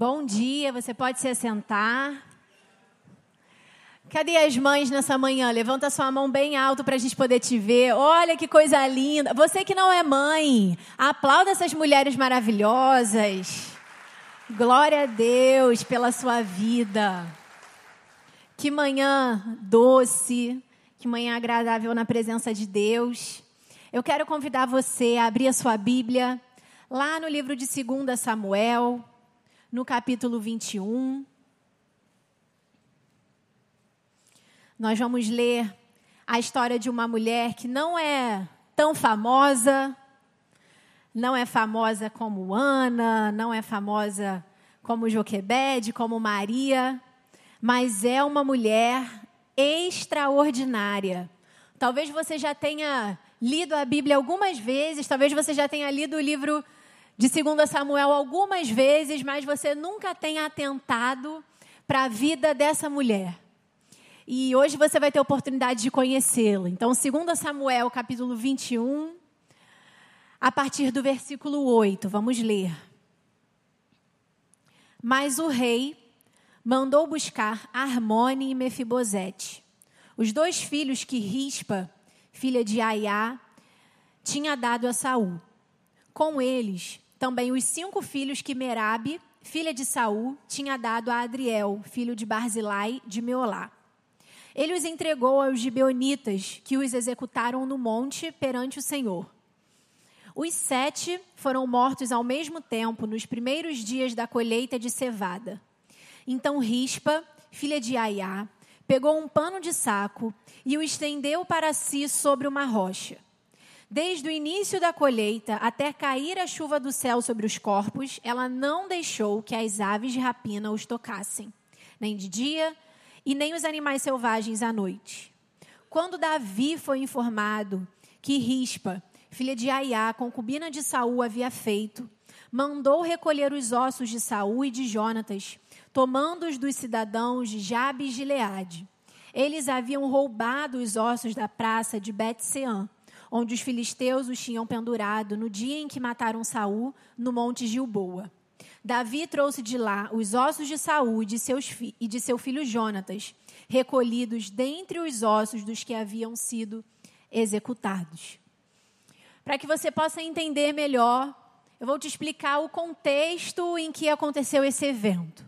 Bom dia, você pode se assentar. Cadê as mães nessa manhã? Levanta sua mão bem alto para a gente poder te ver. Olha que coisa linda. Você que não é mãe, aplauda essas mulheres maravilhosas. Glória a Deus pela sua vida. Que manhã doce, que manhã agradável na presença de Deus. Eu quero convidar você a abrir a sua Bíblia lá no livro de 2 Samuel, no capítulo 21. Nós vamos ler a história de uma mulher que não é tão famosa, não é famosa como Ana, não é famosa como Joquebede, como Maria, mas é uma mulher extraordinária. Talvez você já tenha lido a Bíblia algumas vezes, talvez você já tenha lido o livro de 2 Samuel algumas vezes, mas você nunca tenha atentado para a vida dessa mulher. E hoje você vai ter a oportunidade de conhecê-la. Então, 2 Samuel, capítulo 21, a partir do versículo 8, vamos ler. Mas o rei mandou buscar Armone e Mefibosete, os dois filhos que Rispa, filha de Aiá, tinha dado a Saul. Com eles, também os 5 filhos que Merabe, filha de Saul, tinha dado a Adriel, filho de Barzilai, de Meolá. Ele os entregou aos gibeonitas, que os executaram no monte perante o Senhor. Os 7 foram mortos ao mesmo tempo, nos primeiros dias da colheita de cevada. Então Rispa, filha de Aiá, pegou um pano de saco e o estendeu para si sobre uma rocha. Desde o início da colheita até cair a chuva do céu sobre os corpos, ela não deixou que as aves de rapina os tocassem, nem de dia e nem os animais selvagens à noite. Quando Davi foi informado que Rispa, filha de Aiá, concubina de Saul, havia feito, mandou recolher os ossos de Saul e de Jonatas, tomando-os dos cidadãos de Jabe e Gileade. Eles haviam roubado os ossos da praça de Bet-Seã, onde os filisteus os tinham pendurado no dia em que mataram Saul no monte Gilboa. Davi trouxe de lá os ossos de Saul e de seu filho Jonatas, recolhidos dentre os ossos dos que haviam sido executados. Para que você possa entender melhor, eu vou te explicar o contexto em que aconteceu esse evento.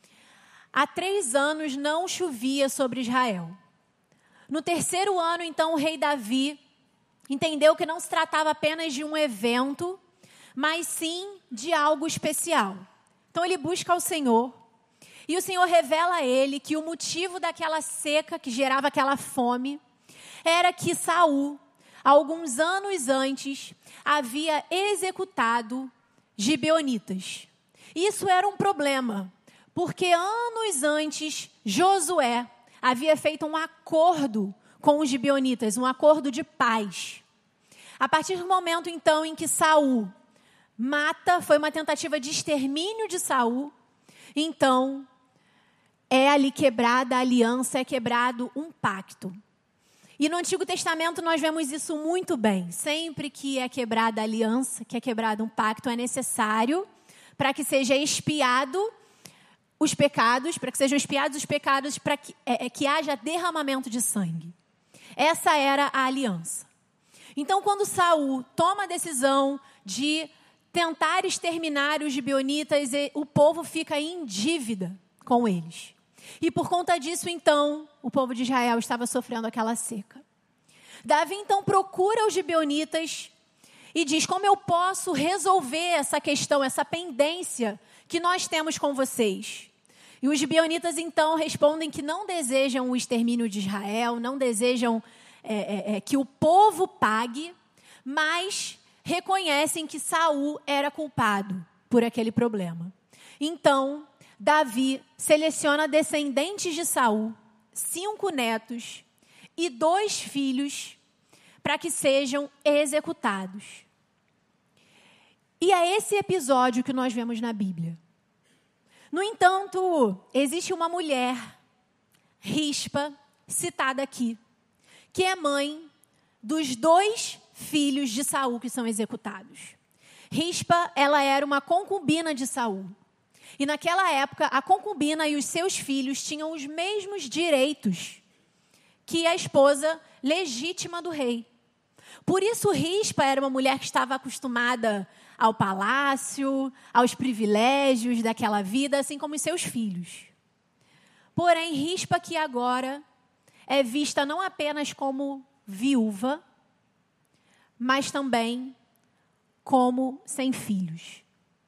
Há 3 anos não chovia sobre Israel. No 3º ano, então, o rei Davi entendeu que não se tratava apenas de um evento, mas sim de algo especial. Então ele busca o Senhor, e o Senhor revela a ele que o motivo daquela seca que gerava aquela fome era que Saul, alguns anos antes, havia executado gibeonitas. Isso era um problema, porque anos antes Josué havia feito um acordo com os gibeonitas, um acordo de paz. A partir do momento, então, em que Saul mata, foi uma tentativa de extermínio de Saul, então é ali quebrada a aliança, é quebrado um pacto. E no Antigo Testamento nós vemos isso muito bem. Sempre que é quebrada a aliança, que é quebrado um pacto, é necessário para que seja expiado os pecados, para que sejam expiados os pecados, para que haja derramamento de sangue. Essa era a aliança. Então, quando Saul toma a decisão de tentar exterminar os gibeonitas, o povo fica em dívida com eles. E por conta disso, então, o povo de Israel estava sofrendo aquela seca. Davi, então, procura os gibeonitas e diz: como eu posso resolver essa questão, essa pendência que nós temos com vocês? E os gibeonitas, então, respondem que não desejam o extermínio de Israel, não desejam que o povo pague, mas reconhecem que Saul era culpado por aquele problema. Então, Davi seleciona descendentes de Saul, 5 netos e 2 filhos, para que sejam executados. E é esse episódio que nós vemos na Bíblia. No entanto, existe uma mulher, Rispa, citada aqui, que é mãe dos 2 filhos de Saul que são executados. Rispa, ela era uma concubina de Saul. E naquela época, a concubina e os seus filhos tinham os mesmos direitos que a esposa legítima do rei. Por isso, Rispa era uma mulher que estava acostumada ao palácio, aos privilégios daquela vida, assim como os seus filhos. Porém, Rispa que agora é vista não apenas como viúva, mas também como sem filhos.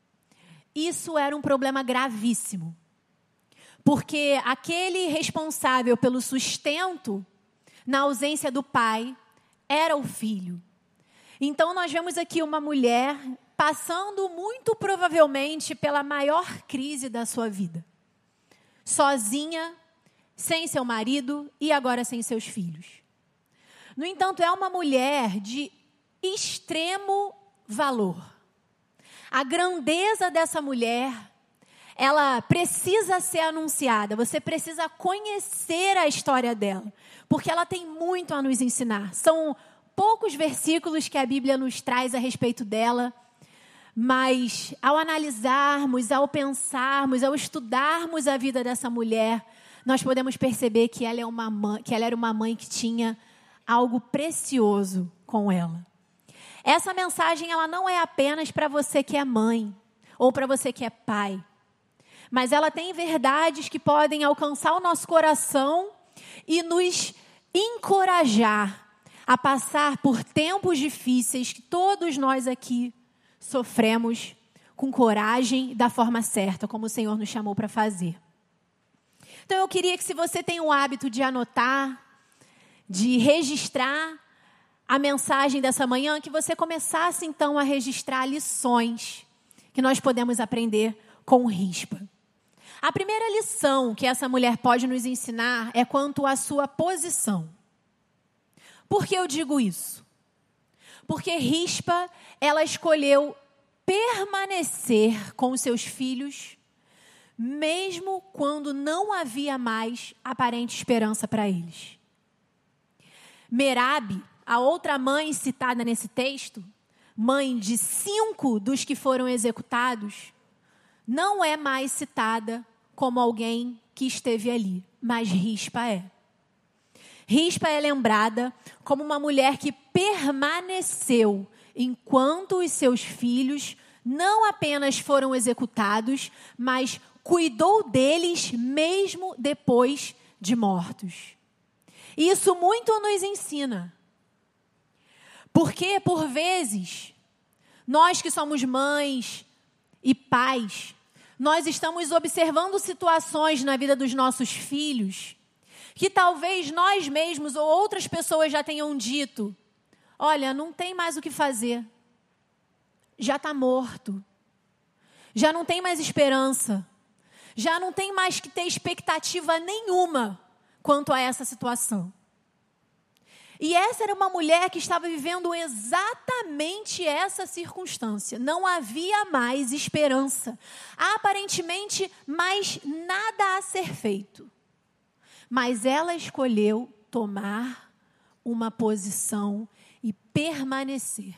Isso era um problema gravíssimo, porque aquele responsável pelo sustento, na ausência do pai, era o filho. Então, nós vemos aqui uma mulher passando muito provavelmente pela maior crise da sua vida. Sozinha, sem seu marido e agora sem seus filhos. No entanto, é uma mulher de extremo valor. A grandeza dessa mulher, ela precisa ser anunciada. Você precisa conhecer a história dela, porque ela tem muito a nos ensinar. São poucos versículos que a Bíblia nos traz a respeito dela, mas ao analisarmos, ao pensarmos, ao estudarmos a vida dessa mulher, nós podemos perceber que ela era uma mãe que tinha algo precioso com ela. Essa mensagem ela não é apenas para você que é mãe ou para você que é pai, mas ela tem verdades que podem alcançar o nosso coração e nos encorajar a passar por tempos difíceis que todos nós aqui sofremos com coragem, da forma certa, como o Senhor nos chamou para fazer. Então eu queria que, se você tem o hábito de anotar, de registrar a mensagem dessa manhã, que você começasse então a registrar lições que nós podemos aprender com Rispa. A primeira lição que essa mulher pode nos ensinar é quanto à sua posição. Por que eu digo isso? Porque Rispa, ela escolheu permanecer com os seus filhos, mesmo quando não havia mais aparente esperança para eles. Merabe, a outra mãe citada nesse texto, mãe de 5 dos que foram executados, não é mais citada como alguém que esteve ali, mas Rispa é. Rispa é lembrada como uma mulher que permaneceu enquanto os seus filhos não apenas foram executados, mas cuidou deles mesmo depois de mortos. E isso muito nos ensina. Porque, por vezes, nós que somos mães e pais, nós estamos observando situações na vida dos nossos filhos que talvez nós mesmos ou outras pessoas já tenham dito: olha, não tem mais o que fazer. Já está morto. Já não tem mais esperança. Já não tem mais que ter expectativa nenhuma quanto a essa situação. E essa era uma mulher que estava vivendo exatamente essa circunstância. Não havia mais esperança. Aparentemente, mais nada a ser feito. Mas ela escolheu tomar uma posição e permanecer.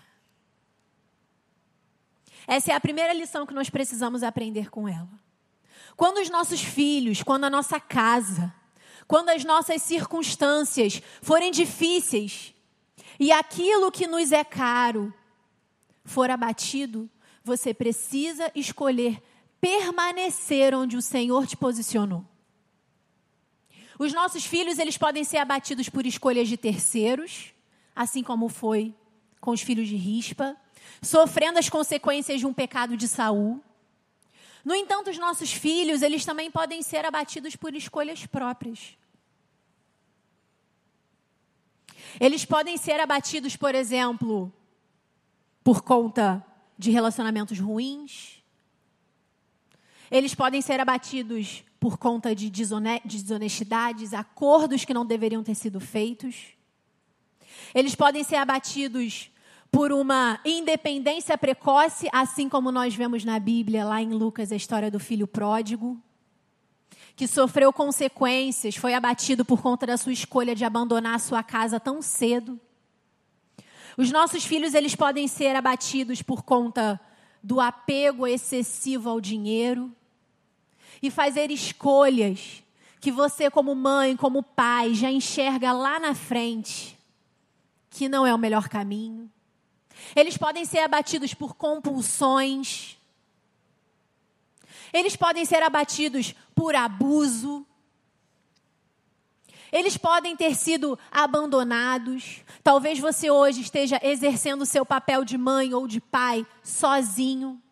Essa é a primeira lição que nós precisamos aprender com ela. Quando os nossos filhos, quando a nossa casa, quando as nossas circunstâncias forem difíceis e aquilo que nos é caro for abatido, você precisa escolher permanecer onde o Senhor te posicionou. Os nossos filhos, eles podem ser abatidos por escolhas de terceiros, assim como foi com os filhos de Rispa, sofrendo as consequências de um pecado de Saul. No entanto, os nossos filhos, eles também podem ser abatidos por escolhas próprias. Eles podem ser abatidos, por exemplo, por conta de relacionamentos ruins. Eles podem ser abatidos por conta de desonestidades, acordos que não deveriam ter sido feitos. Eles podem ser abatidos por uma independência precoce, assim como nós vemos na Bíblia, lá em Lucas, a história do filho pródigo, que sofreu consequências, foi abatido por conta da sua escolha de abandonar a sua casa tão cedo. Os nossos filhos, eles podem ser abatidos por conta do apego excessivo ao dinheiro. e fazer escolhas que você, como mãe, como pai, já enxerga lá na frente que não é o melhor caminho. Eles podem ser abatidos por compulsões. Eles podem ser abatidos por abuso. Eles podem ter sido abandonados. Talvez você hoje esteja exercendo o seu papel de mãe ou de pai sozinho.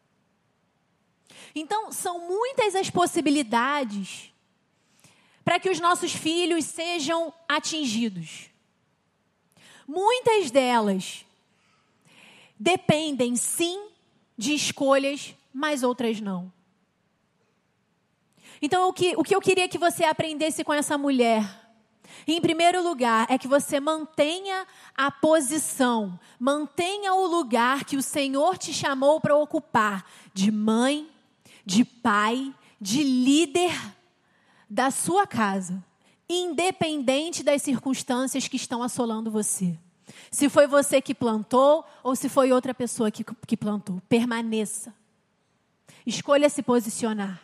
Então, são muitas as possibilidades para que os nossos filhos sejam atingidos. Muitas delas dependem, sim, de escolhas, mas outras não. Então, o que eu queria que você aprendesse com essa mulher, em primeiro lugar, é que você mantenha a posição, mantenha o lugar que o Senhor te chamou para ocupar, de mãe, de pai, de líder da sua casa, independente das circunstâncias que estão assolando você. Se foi você que plantou ou se foi outra pessoa que plantou, permaneça. Escolha se posicionar.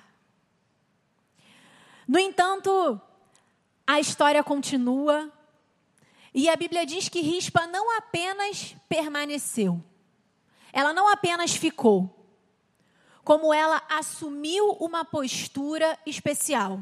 No entanto, a história continua e a Bíblia diz que Rispa não apenas permaneceu, ela não apenas ficou, como ela assumiu uma postura especial.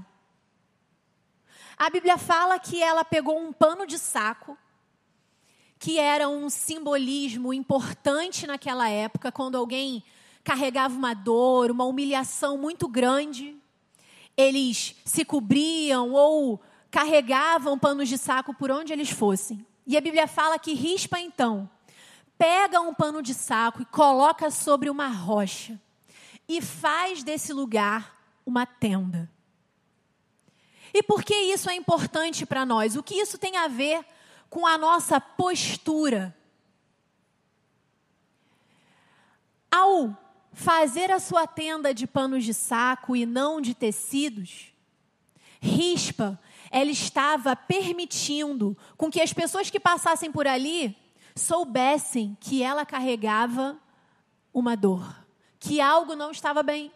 A Bíblia fala que ela pegou um pano de saco, que era um simbolismo importante naquela época, quando alguém carregava uma dor, uma humilhação muito grande. Eles se cobriam ou carregavam panos de saco por onde eles fossem. E a Bíblia fala que Rispa, então, pega um pano de saco e coloca sobre uma rocha e faz desse lugar uma tenda. E por que isso é importante para nós? O que isso tem a ver com a nossa postura? Ao fazer a sua tenda de panos de saco e não de tecidos, Rispa, ela estava permitindo com que as pessoas que passassem por ali soubessem que ela carregava uma dor, que algo não estava bem.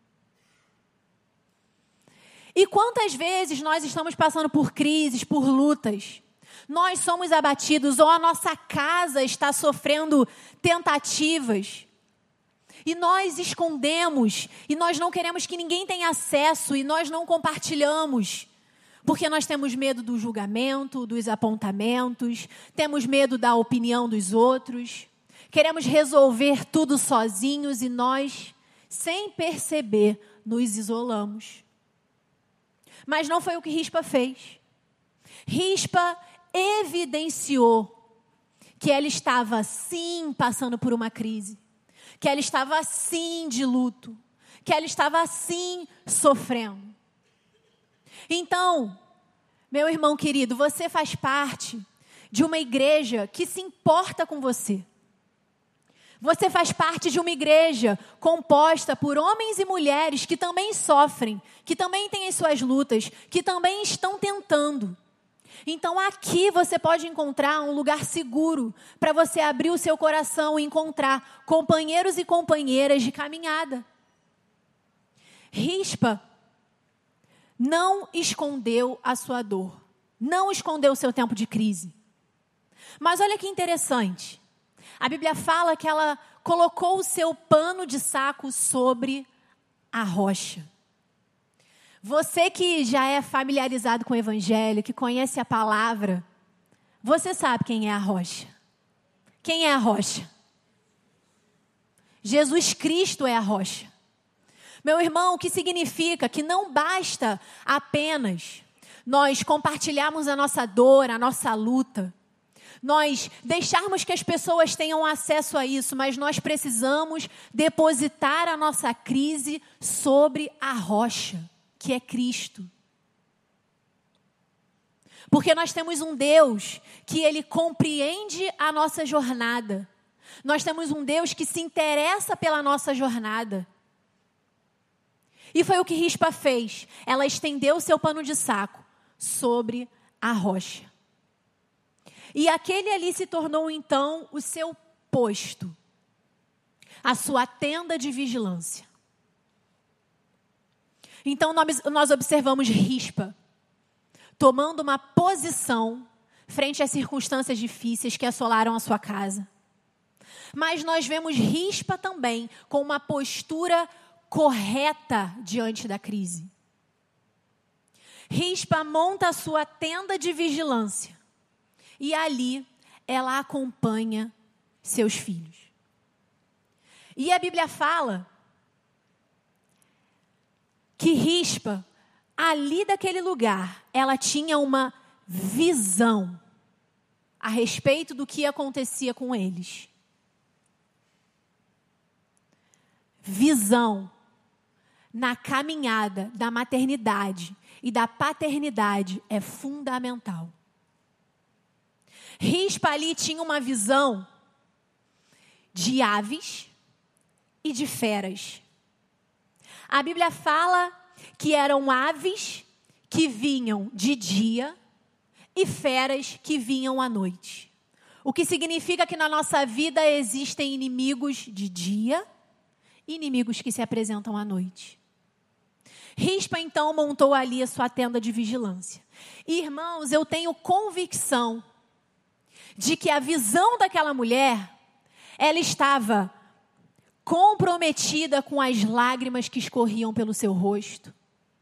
E quantas vezes nós estamos passando por crises, por lutas, nós somos abatidos ou a nossa casa está sofrendo tentativas, e nós escondemos, e nós não queremos que ninguém tenha acesso, e nós não compartilhamos, porque nós temos medo do julgamento, dos apontamentos, temos medo da opinião dos outros, queremos resolver tudo sozinhos e nós, sem perceber, nos isolamos. Mas não foi o que Rispa fez. Rispa evidenciou que ela estava, sim, passando por uma crise, que ela estava, sim, de luto, que ela estava, sim, sofrendo. Então, meu irmão querido, você faz parte de uma igreja que se importa com você. Você faz parte de uma igreja composta por homens e mulheres que também sofrem, que também têm as suas lutas, que também estão tentando. Então aqui você pode encontrar um lugar seguro para você abrir o seu coração e encontrar companheiros e companheiras de caminhada. Rispa não escondeu a sua dor, não escondeu o seu tempo de crise. Mas olha que interessante. A Bíblia fala que ela colocou o seu pano de saco sobre a rocha. Você que já é familiarizado com o Evangelho, que conhece a palavra, você sabe quem é a rocha. Quem é a rocha? Jesus Cristo é a rocha. Meu irmão, o que significa que não basta apenas nós compartilharmos a nossa dor, a nossa luta, nós deixarmos que as pessoas tenham acesso a isso, mas nós precisamos depositar a nossa crise sobre a rocha, que é Cristo. Porque nós temos um Deus que Ele compreende a nossa jornada. Nós temos um Deus que se interessa pela nossa jornada. E foi o que Rispa fez. Ela estendeu o seu pano de saco sobre a rocha. E aquele ali se tornou então o seu posto, a sua tenda de vigilância. Então nós observamos Rispa tomando uma posição frente às circunstâncias difíceis que assolaram a sua casa. Mas nós vemos Rispa também com uma postura correta diante da crise. Rispa monta a sua tenda de vigilância e ali ela acompanha seus filhos. E a Bíblia fala que Rispa, ali daquele lugar, ela tinha uma visão a respeito do que acontecia com eles. Visão na caminhada da maternidade e da paternidade é fundamental. Rispa ali tinha uma visão de aves e de feras. A Bíblia fala que eram aves que vinham de dia e feras que vinham à noite. O que significa que na nossa vida existem inimigos de dia e inimigos que se apresentam à noite. Rispa então montou ali a sua tenda de vigilância. Irmãos, eu tenho convicção de que a visão daquela mulher, ela estava comprometida com as lágrimas que escorriam pelo seu rosto.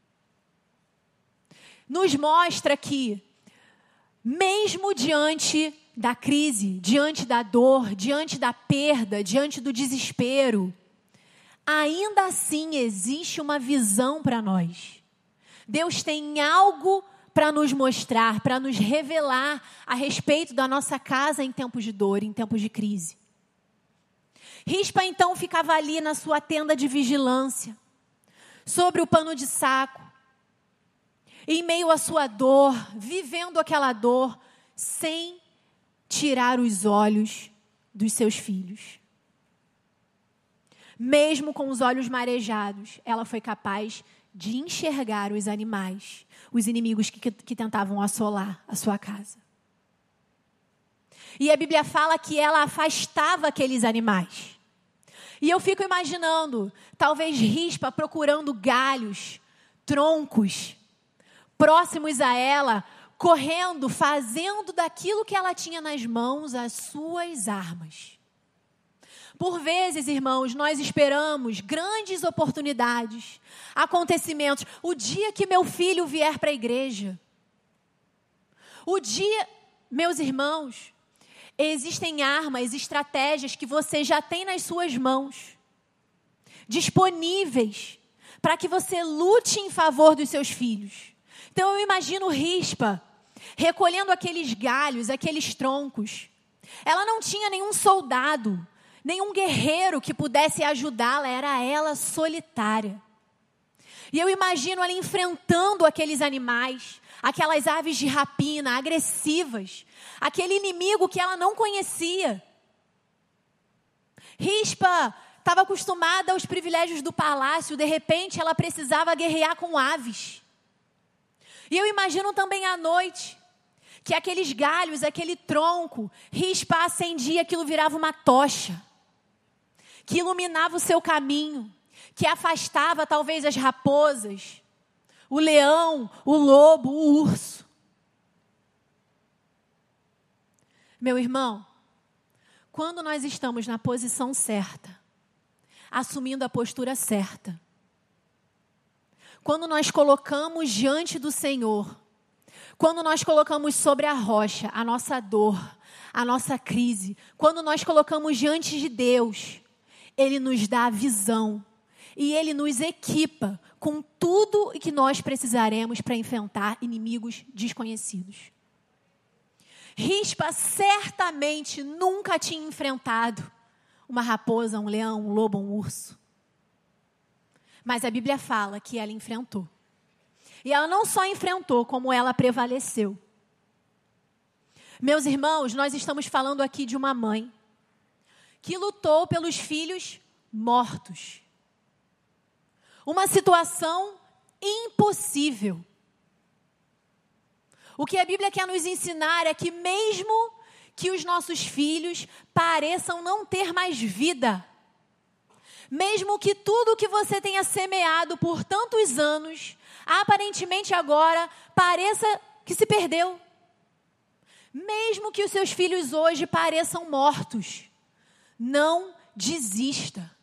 Nos mostra que, mesmo diante da crise, diante da dor, diante da perda, diante do desespero, ainda assim existe uma visão para nós. Deus tem algo para nos mostrar, para nos revelar a respeito da nossa casa em tempos de dor, em tempos de crise. Rispa então ficava ali na sua tenda de vigilância, sobre o pano de saco, em meio à sua dor, vivendo aquela dor, sem tirar os olhos dos seus filhos. Mesmo com os olhos marejados, ela foi capaz de enxergar os animais, os inimigos que tentavam assolar a sua casa. E a Bíblia fala que ela afastava aqueles animais. E eu fico imaginando, talvez Rispa procurando galhos, troncos, próximos a ela, correndo, fazendo daquilo que ela tinha nas mãos as suas armas. Por vezes, irmãos, nós esperamos grandes oportunidades, acontecimentos. O dia que meu filho vier para a igreja. Meus irmãos, existem armas, estratégias que você já tem nas suas mãos, disponíveis, para que você lute em favor dos seus filhos. Então eu imagino Rispa recolhendo aqueles galhos, aqueles troncos. Ela não tinha nenhum soldado, nenhum guerreiro que pudesse ajudá-la, era ela solitária. E eu imagino ela enfrentando aqueles animais, aquelas aves de rapina, agressivas, aquele inimigo que ela não conhecia. Rispa estava acostumada aos privilégios do palácio, de repente ela precisava guerrear com aves. E eu imagino também à noite, que aqueles galhos, aquele tronco, Rispa acendia, aquilo virava uma tocha, que iluminava o seu caminho, que afastava talvez as raposas, o leão, o lobo, o urso. Meu irmão, quando nós estamos na posição certa, assumindo a postura certa, quando nós colocamos diante do Senhor, quando nós colocamos sobre a rocha a nossa dor, a nossa crise, quando nós colocamos diante de Deus, Ele nos dá a visão e Ele nos equipa com tudo o que nós precisaremos para enfrentar inimigos desconhecidos. Rispa certamente nunca tinha enfrentado uma raposa, um leão, um lobo, um urso. Mas a Bíblia fala que ela enfrentou. E ela não só enfrentou, como ela prevaleceu. Meus irmãos, nós estamos falando aqui de uma mãe que lutou pelos filhos mortos. Uma situação impossível. O que a Bíblia quer nos ensinar é que mesmo que os nossos filhos pareçam não ter mais vida, Mesmo que tudo que você tenha semeado por tantos anos, aparentemente agora pareça que se perdeu. Mesmo que os seus filhos hoje pareçam mortos, não desista.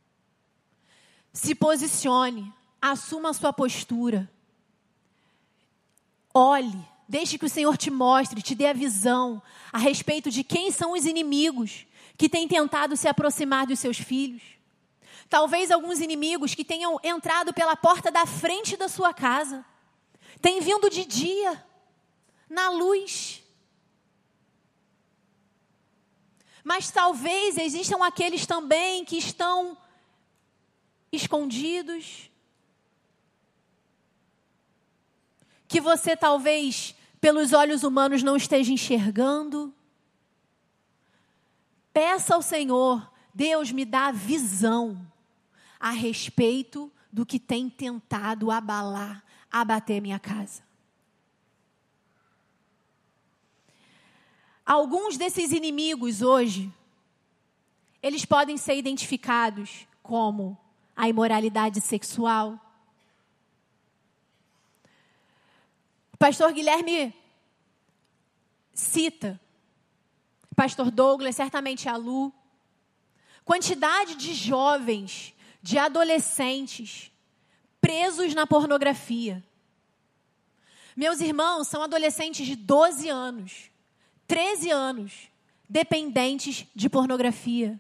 Se posicione, assuma a sua postura. Olhe, deixe que o Senhor te mostre, te dê a visão a respeito de quem são os inimigos que têm tentado se aproximar dos seus filhos. Talvez alguns inimigos que tenham entrado pela porta da frente da sua casa, têm vindo de dia, na luz. Mas talvez existam aqueles também que estão escondidos, que você talvez, pelos olhos humanos, não esteja enxergando. Peça ao Senhor, Deus me dá visão a respeito do que tem tentado abater minha casa. Alguns desses inimigos hoje, eles podem ser identificados como a imoralidade sexual. O pastor Guilherme cita, pastor Douglas, certamente a Lu, quantidade de jovens, de adolescentes presos na pornografia. Meus irmãos são adolescentes de 12 anos, 13 anos, dependentes de pornografia.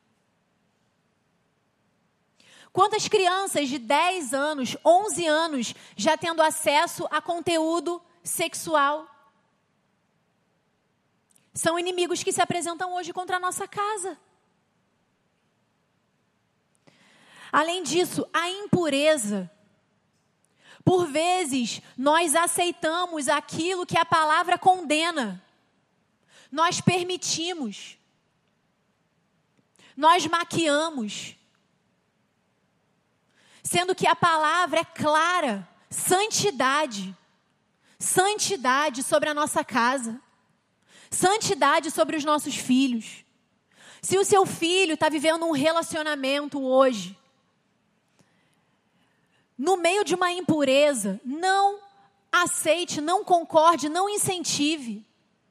Quantas crianças de 10 anos, 11 anos, já tendo acesso a conteúdo sexual? São inimigos que se apresentam hoje contra a nossa casa. Além disso, a impureza. Por vezes, nós aceitamos aquilo que a palavra condena. Nós permitimos. Nós maquiamos. Sendo que a palavra é clara. Santidade. Santidade sobre a nossa casa. Santidade sobre os nossos filhos. Se o seu filho está vivendo um relacionamento hoje, no meio de uma impureza, não aceite, não concorde, não incentive.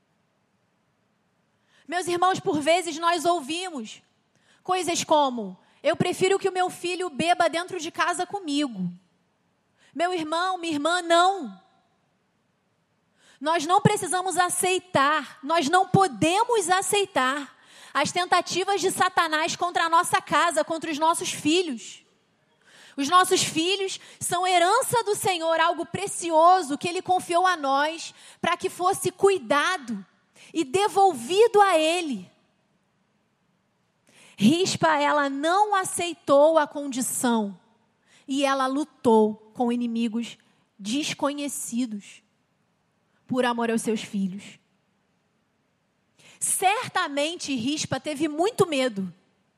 Meus irmãos, por vezes nós ouvimos coisas como: eu prefiro que o meu filho beba dentro de casa comigo. Meu irmão, minha irmã, não. Nós não precisamos aceitar, nós não podemos aceitar as tentativas de Satanás contra a nossa casa, contra os nossos filhos. Os nossos filhos são herança do Senhor, algo precioso que Ele confiou a nós para que fosse cuidado e devolvido a Ele. Rispa, ela não aceitou a condição e ela lutou com inimigos desconhecidos por amor aos seus filhos. Certamente Rispa teve muito medo.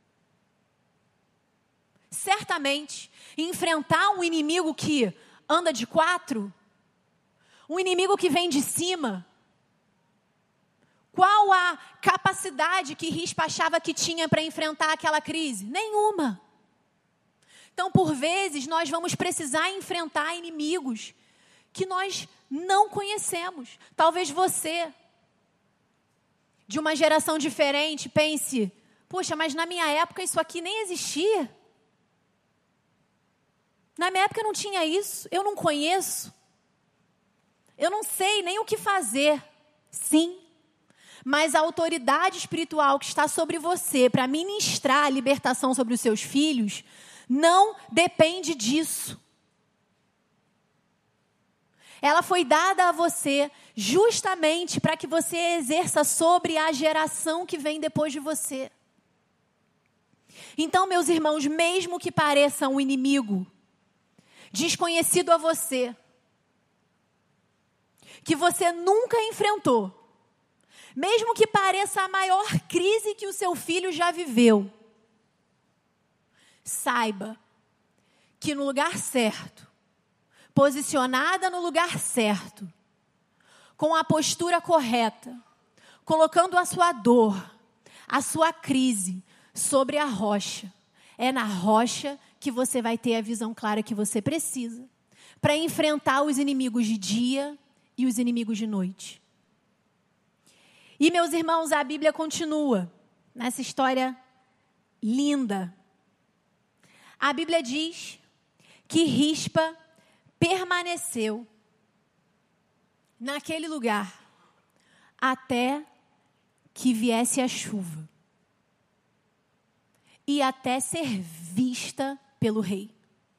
Certamente, enfrentar um inimigo que anda de 4, um inimigo que vem de cima. Qual a capacidade que Rispa achava que tinha para enfrentar aquela crise? Nenhuma. Então, por vezes, nós vamos precisar enfrentar inimigos que nós não conhecemos. Talvez você, de uma geração diferente, pense: poxa, mas na minha época isso aqui nem existia. Na minha época não tinha isso, eu não conheço. Eu não sei nem o que fazer. Sim, mas a autoridade espiritual que está sobre você para ministrar a libertação sobre os seus filhos não depende disso. Ela foi dada a você justamente para que você exerça sobre a geração que vem depois de você. Então, meus irmãos, mesmo que pareça um inimigo desconhecido a você, que você nunca enfrentou, mesmo que pareça a maior crise que o seu filho já viveu, saiba que no lugar certo, posicionada no lugar certo, com a postura correta, colocando a sua dor, a sua crise sobre a rocha, É na rocha que você vai ter a visão clara que você precisa para enfrentar os inimigos de dia e os inimigos de noite. E, meus irmãos, a Bíblia continua nessa história linda. A Bíblia diz que Rispa permaneceu naquele lugar até que viesse a chuva e até ser vista pelo rei.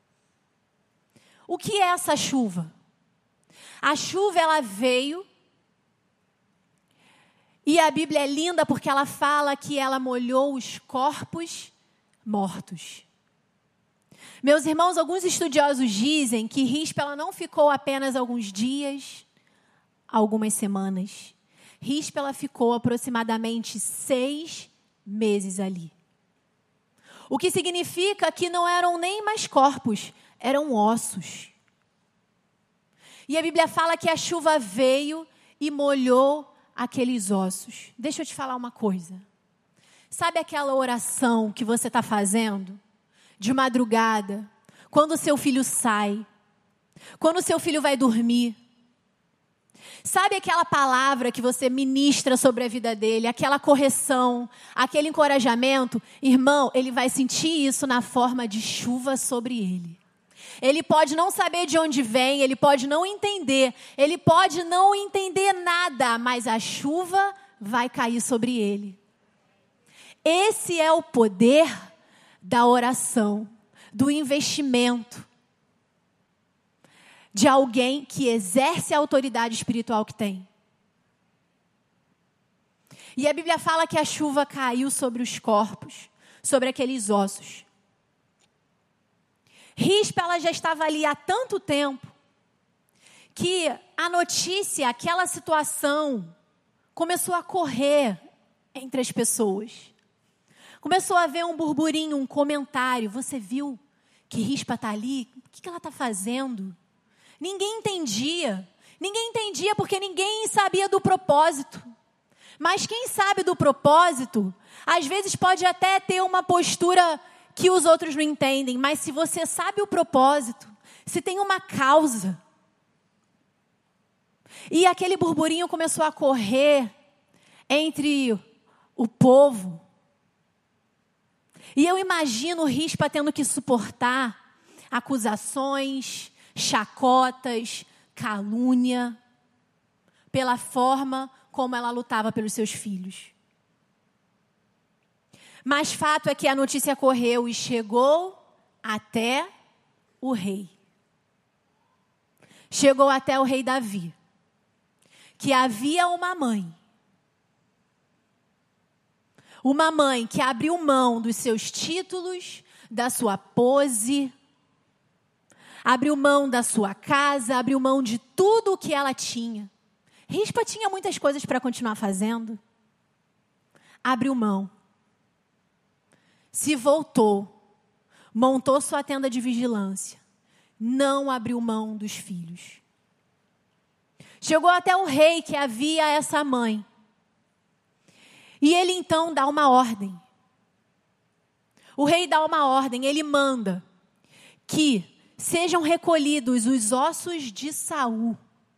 O que é essa chuva? A chuva, ela veio, e a Bíblia é linda porque ela fala que ela molhou os corpos mortos. Meus irmãos, alguns estudiosos dizem que Rispa ela não ficou apenas alguns dias, algumas semanas. Rispa ela ficou aproximadamente 6 meses ali. O que significa que não eram nem mais corpos, eram ossos. E a Bíblia fala que a chuva veio e molhou aqueles ossos. Deixa eu te falar uma coisa. Sabe aquela oração que você está fazendo de madrugada, quando o seu filho sai, quando o seu filho vai dormir? Sabe aquela palavra que você ministra sobre a vida dele, aquela correção, aquele encorajamento? Irmão, ele vai sentir isso na forma de chuva sobre ele. Ele pode não saber de onde vem, ele pode não entender nada, mas a chuva vai cair sobre ele. Esse é o poder da oração, do investimento, de alguém que exerce a autoridade espiritual que tem. E a Bíblia fala que a chuva caiu sobre os corpos, sobre aqueles ossos. Rispa, ela já estava ali há tanto tempo, que a notícia, aquela situação, começou a correr entre as pessoas. Começou a haver um burburinho, um comentário. Você viu que Rispa está ali? O que ela está fazendo? Ninguém entendia porque ninguém sabia do propósito. Mas quem sabe do propósito, às vezes pode até ter uma postura que os outros não entendem. Mas se você sabe o propósito, se tem uma causa. E aquele burburinho começou a correr entre o povo. E eu imagino Rispa tendo que suportar acusações, chacotas, calúnia, pela forma como ela lutava pelos seus filhos. Mas fato é que a notícia correu e chegou até o rei. Chegou até o rei Davi, que havia uma mãe que abriu mão dos seus títulos, da sua pose, abriu mão da sua casa, abriu mão de tudo o que ela tinha. Rispa tinha muitas coisas para continuar fazendo. Abriu mão. Se voltou. Montou sua tenda de vigilância. Não abriu mão dos filhos. Chegou até o rei que havia essa mãe. E ele então dá uma ordem. O rei dá uma ordem, ele manda que sejam recolhidos os ossos de Saul,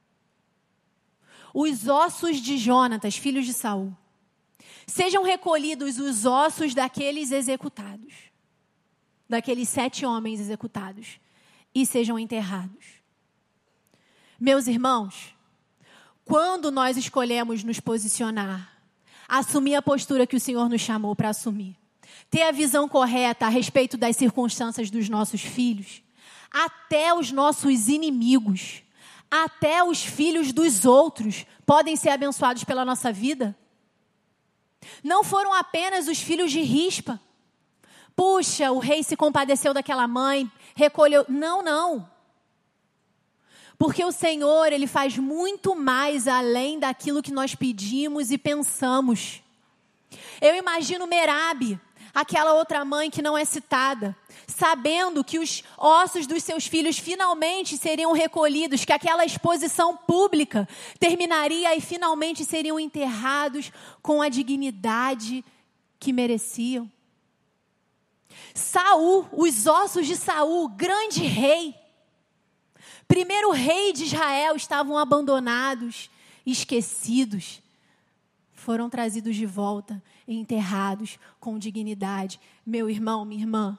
os ossos de Jonatas, filhos de Saul. Sejam recolhidos os ossos daqueles executados, daqueles 7 homens executados, e sejam enterrados. Meus irmãos, quando nós escolhemos nos posicionar, assumir a postura que o Senhor nos chamou para assumir, ter a visão correta a respeito das circunstâncias dos nossos filhos, até os nossos inimigos, até os filhos dos outros podem ser abençoados pela nossa vida. Não foram apenas os filhos de Rispa. Puxa, o rei se compadeceu daquela mãe, recolheu. Não. Porque o Senhor, Ele faz muito mais além daquilo que nós pedimos e pensamos. Eu imagino Merabe, aquela outra mãe que não é citada, sabendo que os ossos dos seus filhos finalmente seriam recolhidos, que aquela exposição pública terminaria e finalmente seriam enterrados com a dignidade que mereciam. Saul, os ossos de Saul, grande rei, primeiro rei de Israel, estavam abandonados, esquecidos. Foram trazidos de volta e enterrados com dignidade. Meu irmão, minha irmã,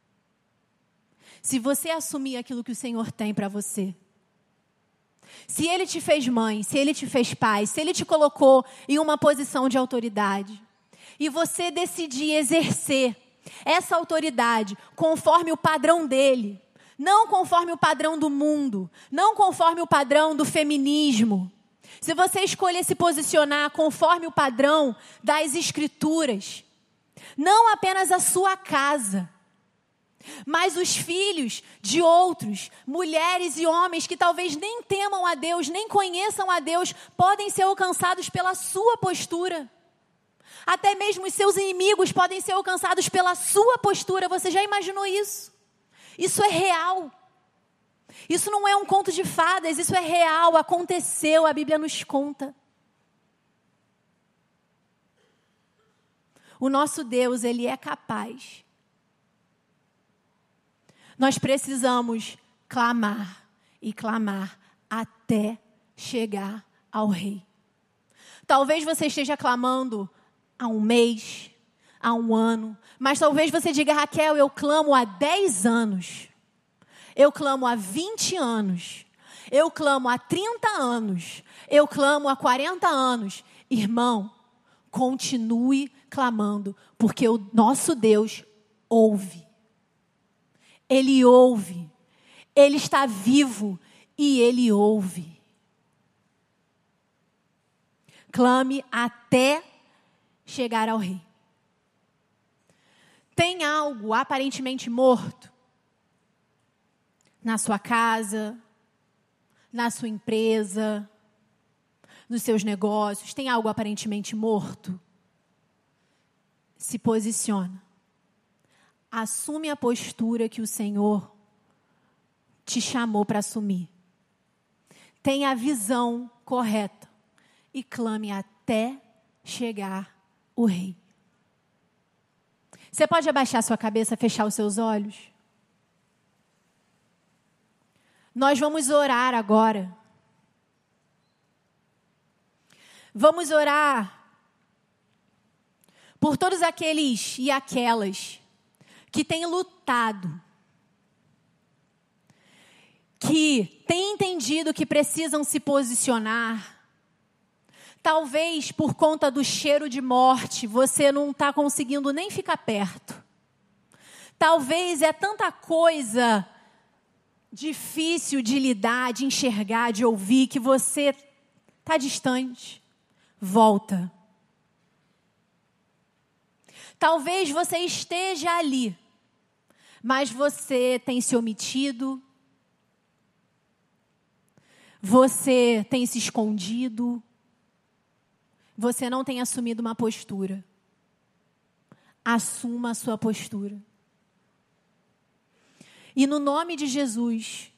se você assumir aquilo que o Senhor tem para você, se Ele te fez mãe, se Ele te fez pai, se Ele te colocou em uma posição de autoridade, e você decidir exercer essa autoridade conforme o padrão dEle, não conforme o padrão do mundo, não conforme o padrão do feminismo, se você escolher se posicionar conforme o padrão das Escrituras, não apenas a sua casa, mas os filhos de outros, mulheres e homens que talvez nem temam a Deus, nem conheçam a Deus, podem ser alcançados pela sua postura. Até mesmo os seus inimigos podem ser alcançados pela sua postura. Você já imaginou isso? Isso é real. Isso não é um conto de fadas, isso é real, aconteceu, a Bíblia nos conta. O nosso Deus, Ele é capaz. Nós precisamos clamar e clamar até chegar ao Rei. Talvez você esteja clamando há um mês, há um ano, mas talvez você diga: Raquel, eu clamo há 10 anos, eu clamo há 20 anos, eu clamo há 30 anos, eu clamo há 40 anos. Irmão, continue clamando, porque o nosso Deus ouve. Ele ouve, Ele está vivo e Ele ouve. Clame até chegar ao Rei. Tem algo aparentemente morto na sua casa, na sua empresa, nos seus negócios? Tem algo aparentemente morto? Se posiciona. Assume a postura que o Senhor te chamou para assumir. Tenha a visão correta e clame até chegar o Rei. Você pode abaixar sua cabeça, fechar os seus olhos? Nós vamos orar agora. Vamos orar por todos aqueles e aquelas que têm lutado, que têm entendido que precisam se posicionar. Talvez por conta do cheiro de morte, você não está conseguindo nem ficar perto. Talvez é tanta coisa difícil de lidar, de enxergar, de ouvir, que você está distante. Volta. Talvez você esteja ali, mas você tem se omitido, você tem se escondido, você não tem assumido uma postura. Assuma a sua postura. E no nome de Jesus,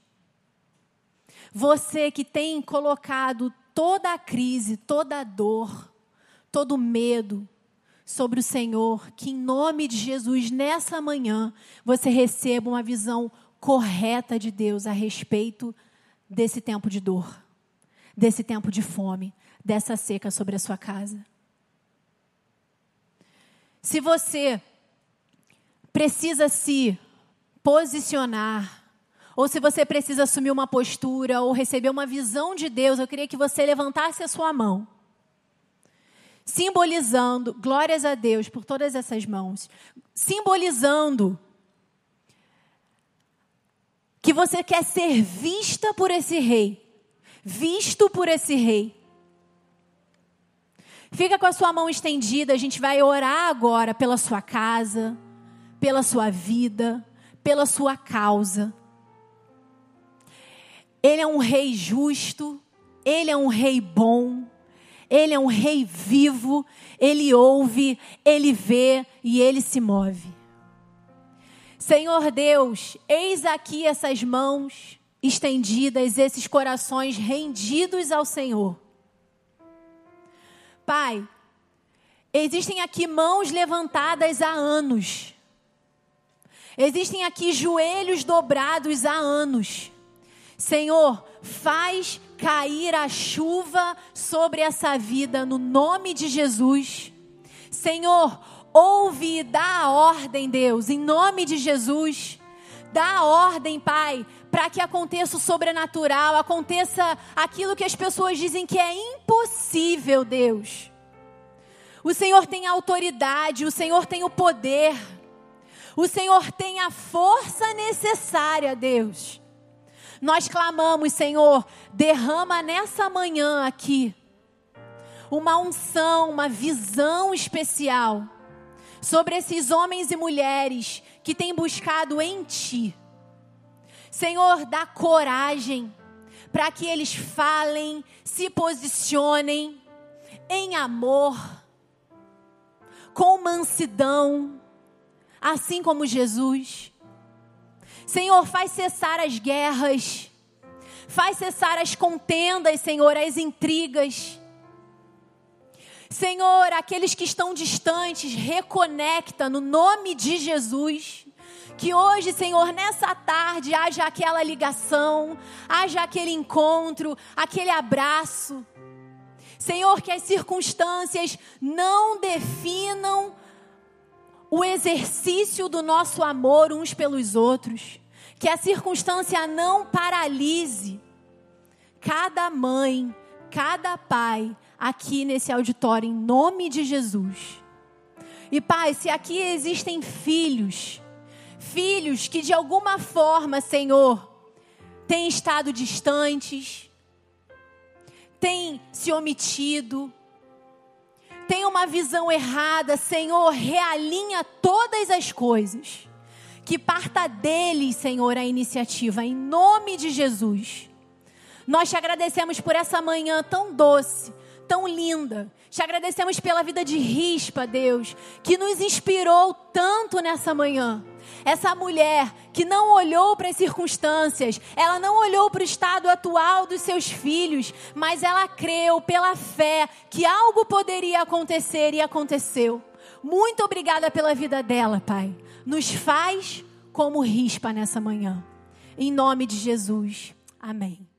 você que tem colocado toda a crise, toda a dor, todo o medo sobre o Senhor, que em nome de Jesus, nessa manhã, você receba uma visão correta de Deus a respeito desse tempo de dor, desse tempo de fome, dessa seca sobre a sua casa. Se você precisa se posicionar, ou se você precisa assumir uma postura, ou receber uma visão de Deus, eu queria que você levantasse a sua mão, simbolizando, glórias a Deus por todas essas mãos, simbolizando que você quer ser vista por esse Rei, visto por esse Rei. Fica com a sua mão estendida, a gente vai orar agora pela sua casa, pela sua vida, pela sua causa. Ele é um Rei justo, Ele é um Rei bom, Ele é um Rei vivo, Ele ouve, Ele vê e Ele se move. Senhor Deus, eis aqui essas mãos estendidas, esses corações rendidos ao Senhor. Pai, existem aqui mãos levantadas há anos, Existem aqui joelhos dobrados há anos. Senhor, faz cair a chuva sobre essa vida no nome de Jesus. Senhor, ouve e dá a ordem, Deus, em nome de Jesus. Dá a ordem, Pai, para que aconteça o sobrenatural, aconteça aquilo que as pessoas dizem que é impossível, Deus. O Senhor tem a autoridade, o Senhor tem o poder, o Senhor tem a força necessária, Deus. Nós clamamos, Senhor, derrama nessa manhã aqui uma unção, uma visão especial sobre esses homens e mulheres que têm buscado em Ti. Senhor, dá coragem para que eles falem, se posicionem em amor, com mansidão, assim como Jesus. Senhor, faz cessar as guerras, faz cessar as contendas, Senhor, as intrigas. Senhor, aqueles que estão distantes, reconecta no nome de Jesus. Que hoje, Senhor, nessa tarde, haja aquela ligação, haja aquele encontro, aquele abraço. Senhor, que as circunstâncias não definam o exercício do nosso amor uns pelos outros. Que a circunstância não paralise cada mãe, cada pai aqui nesse auditório, em nome de Jesus. E Pai, se aqui existem filhos que de alguma forma, Senhor, têm estado distantes, têm se omitido, têm uma visão errada, Senhor, realinha todas as coisas. Que parta deles, Senhor, a iniciativa, em nome de Jesus. Nós te agradecemos por essa manhã tão doce, tão linda. Te agradecemos pela vida de Rispa, Deus, que nos inspirou tanto nessa manhã. Essa mulher que não olhou para as circunstâncias, ela não olhou para o estado atual dos seus filhos, mas ela creu pela fé que algo poderia acontecer e aconteceu. Muito obrigada pela vida dela, Pai. Nos faz como Rispa nessa manhã. Em nome de Jesus. Amém.